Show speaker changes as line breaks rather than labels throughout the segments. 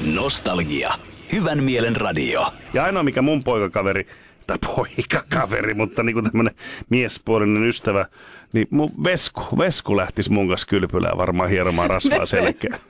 Nostalgia. Hyvän mielen radio.
Ja ainoa mikä mun poikakaveri, mutta niin kuin tämmönen miespuolinen ystävä, niin mun Vesku lähtisi mun kanssa kylpylään varmaan hieromaan rasvaa selkeä.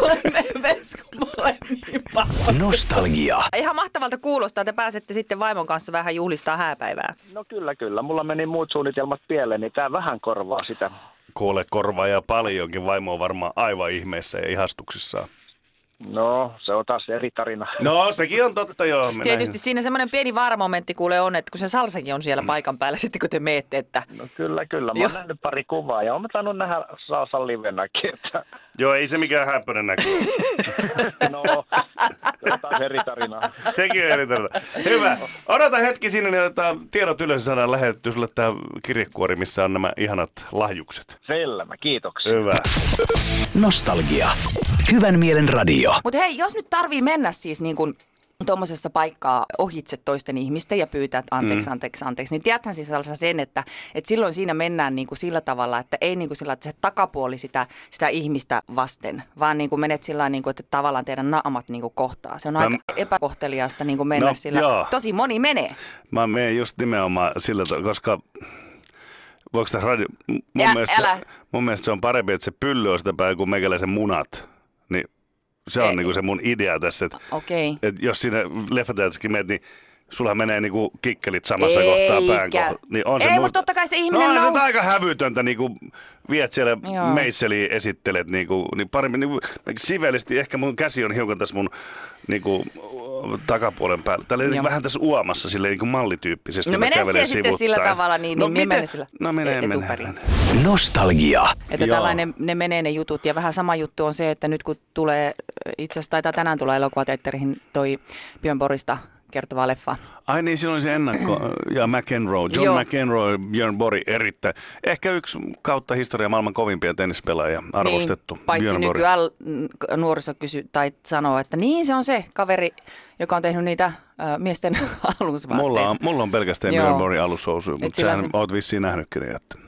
Mulle niin paljon.
Nostalgia.
Ihan mahtavalta kuulostaa, että pääsette sitten vaimon kanssa vähän juhlistaa hääpäivää.
No kyllä. Mulla meni muut suunnitelmat pieleen, niin tää vähän korvaa sitä.
Kuule, korvaa ja paljonkin. Vaimo on varmaan aivan ihmeessä ja ihastuksissaan.
No, se on taas eri tarina.
No, sekin on totta, joo.
Tietysti siinä semmoinen pieni vaaramomentti kuule on, että kun se salsakin on siellä paikan päällä sitten kun te meette, että...
No kyllä. Mä oon nähnyt pari kuvaa ja oon mä saanut nähdä salsan livenäkin, että...
Joo, ei se mikään häppöinen näkyy.
No, se on taas eri tarina.
Sekin on eri tarina. Hyvä. Odota hetki sinne, niin otetaan tiedot ylös ja saadaan lähetettyä sulle tää kirjekuori, missä on nämä ihanat lahjukset.
Selvä, kiitoksia.
Hyvä.
Nostalgia. Hyvän mielen radio.
Mutta hei, jos nyt tarvii mennä siis niin kuin tuommoisessa paikkaa ohitse toisten ihmisten ja pyytää, että anteeksi, niin tiedäthän siis sen, että silloin siinä mennään niin kuin sillä tavalla, että ei niin kuin sillä, että se takapuoli sitä ihmistä vasten, vaan niin kuin menet sillä niin kuin, että tavallaan teidän naamat niin kuin kohtaa. Se on aika epäkohteliasta niin kuin mennä sillä. Joo. Tosi moni menee. Mä
menen just nimenomaan sillä, koska... Voiko tämä radio... Mun mielestä se on parempi, että se pylly on sitä päin kuin meikäläisen munat. Niin se on niinku se mun idea tässä, että jos siinä leffateatrissakin menet, niin sulla menee niinku kikkelit samassa kohtaa pään kohdalla. Niin
ei, mutta totta kai se ihminen...
No on se aika hävytöntä, niinku viet siellä meisseliä, esittelet, niinku, niin paremmin niinku, sivellisesti. Ehkä mun käsi on hiukan tässä mun niinku, takapuolen päällä. Täällä on vähän tässä uomassa silleen niinku mallityyppisesti.
No menee siellä sitten sillä tavalla, niin mene sillä etupärin.
Nostalgia.
Että tällainen ne menee ne jutut. Ja vähän sama juttu on se, että nyt kun tulee, itse asiassa taitaa tänään tulla elokuvateatteriin toi Björn Borgista kertova leffa.
Ai niin, siinä oli se ennakko. Ja McEnroe, John McEnroe, Björn Borg, erittäin. Ehkä yksi kautta historia maailman kovimpia tennispelaajia, arvostettu.
Niin, paitsi nykyään nuoriso sanoo, että niin se on se kaveri, joka on tehnyt niitä miesten alusvaatteita.
Mulla on pelkästään Björn Borgin alushousuja, mutta sähän oot vissiin nähnytkin.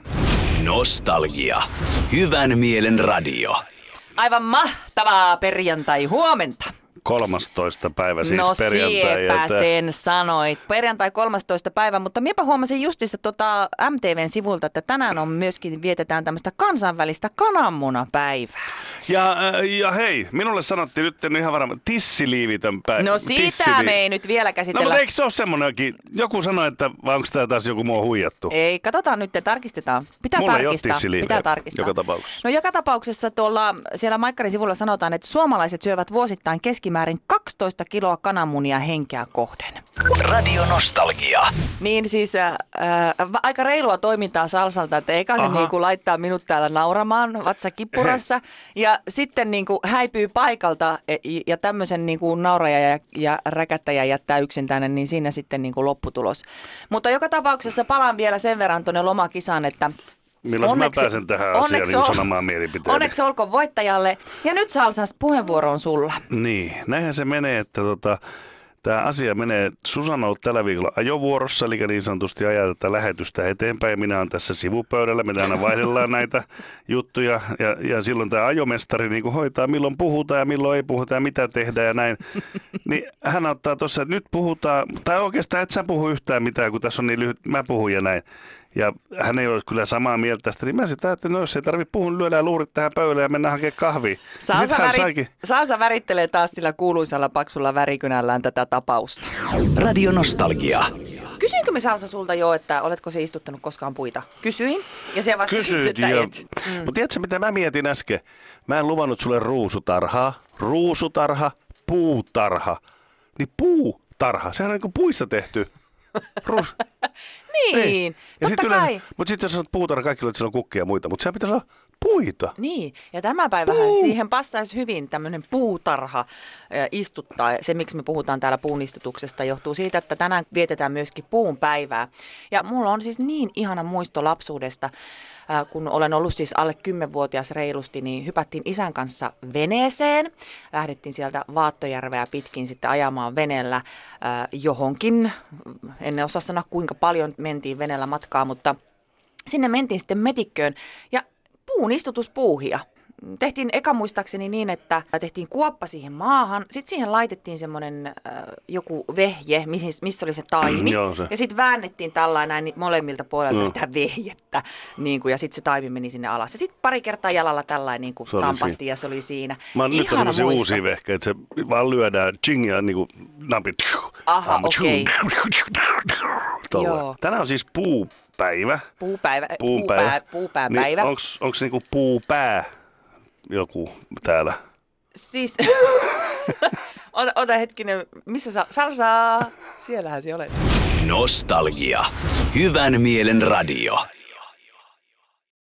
Nostalgia. Hyvän mielen radio.
Aivan mahtavaa perjantai-huomenta.
13. päivä siis perjantai.
No siepä sen sanoit. Perjantai 13. päivä, mutta minäpä huomasin justissa MTVn sivulta, että tänään on myöskin vietetään tämmöistä kansainvälistä kananmunapäivää.
Ja hei, minulle sanottiin nyt en ihan varmaan tissiliivitön päivä.
No sitä me ei nyt vielä käsitellä.
No mutta eikö se ole semmoinenkin? Joku sanoi, että vai onko tämä taas joku muu huijattu?
Ei, katsotaan nyt, tarkistetaan. Pitää tarkistaa.
Joka tapauksessa.
No joka tapauksessa siellä Maikkarin sivulla sanotaan, että suomalaiset syövät vuosittain keskimäärin 12 kiloa kananmunia henkeä kohden.
Radio Nostalgia.
Niin siis aika reilua toimintaa Salsalta, että eikä se niinku laittaa minut täällä nauramaan vatsakippurassa ja sitten niinku häipyy paikalta ja tämmöisen niinku nauraja ja räkättäjä jättää yksin tänne, niin siinä sitten niinku lopputulos. Mutta joka tapauksessa palaan vielä sen verran tuonne lomakisaan, että
milloin mä pääsen tähän asiaan niin sanomaan mielipiteeni?
Onneksi olkoon voittajalle. Ja nyt Salsan puheenvuoro on sulla.
Niin, näinhän se menee, että tämä asia menee. Susanna on ollut tällä viikolla ajovuorossa, eli niin sanotusti ajaa tätä lähetystä eteenpäin. Minä olen tässä sivupöydällä, me aina vaihdellaan näitä juttuja. Ja silloin tämä ajomestari niin kuin hoitaa, milloin puhutaan ja milloin ei puhuta ja mitä tehdään ja näin. Niin hän ottaa tuossa, että nyt puhutaan, tai oikeastaan et sä puhu yhtään mitään, kun tässä on niin lyhyt, mä puhun ja näin. Ja hän ei ole kyllä samaa mieltä tästä, niin mä sitä ajattelin, että jos ei tarvitse puhua, lyödään luurit tähän pöydälle ja mennään hakemaan kahvia.
Salsa värittelee taas sillä kuuluisalla paksulla värikynällään tätä tapausta.
Radio Nostalgia.
Kysyinkö me Salsa sulta jo, että oletko se istuttanut koskaan puita? Kysyin ja se vastasit, että et.
Mutta tiedätkö mitä mä mietin äsken? Mä en luvannut sulle ruusutarha, puutarha. Niin puutarha, sehän on niin kuin puista tehty.
Niin, totta kai.
Mutta sitten jos sanot puutarha, kaikki että siellä on kukkia ja muita, mutta sehän pitäisi olla puita.
Niin, ja tämä päivähän siihen passaisi hyvin tämmöinen puutarha istuttaa. Se, miksi me puhutaan täällä puun istutuksesta, johtuu siitä, että tänään vietetään myöskin puun päivää. Ja mulla on siis niin ihana muisto lapsuudesta, kun olen ollut siis alle 10-vuotias reilusti, niin hypättiin isän kanssa veneeseen. Lähdettiin sieltä Vaattojärveä pitkin sitten ajamaan veneellä johonkin. En osaa sanoa kuinka paljon mentiin veneellä matkaa, mutta sinne mentiin sitten metikköön ja puun istutuspuuhia. tehtiin eka muistaakseni niin, että tehtiin kuoppa siihen maahan. Sitten siihen laitettiin semmoinen joku vehje, missä oli se taimi.
Joo, se.
Ja sitten väännettiin tällainen näin molemmilta puolelta sitä vehjettä. Niin kuin, ja sitten se taimi meni sinne alas. Ja sitten pari kertaa jalalla tällainen niin kuin tampattiin ja se oli siinä.
Nyt on tämmöisiä uusia vehkeitä, että se vaan lyödään ja niin kuin napit.
Aha, okei.
Joo. Tänään on siis puupäivä.
Puupääpäivä.
Niin onko niinku puupää joku täällä?
Siis, ota hetkinen, missä Salsaa? Siellähän sinä olet.
Nostalgia. Hyvän mielen radio.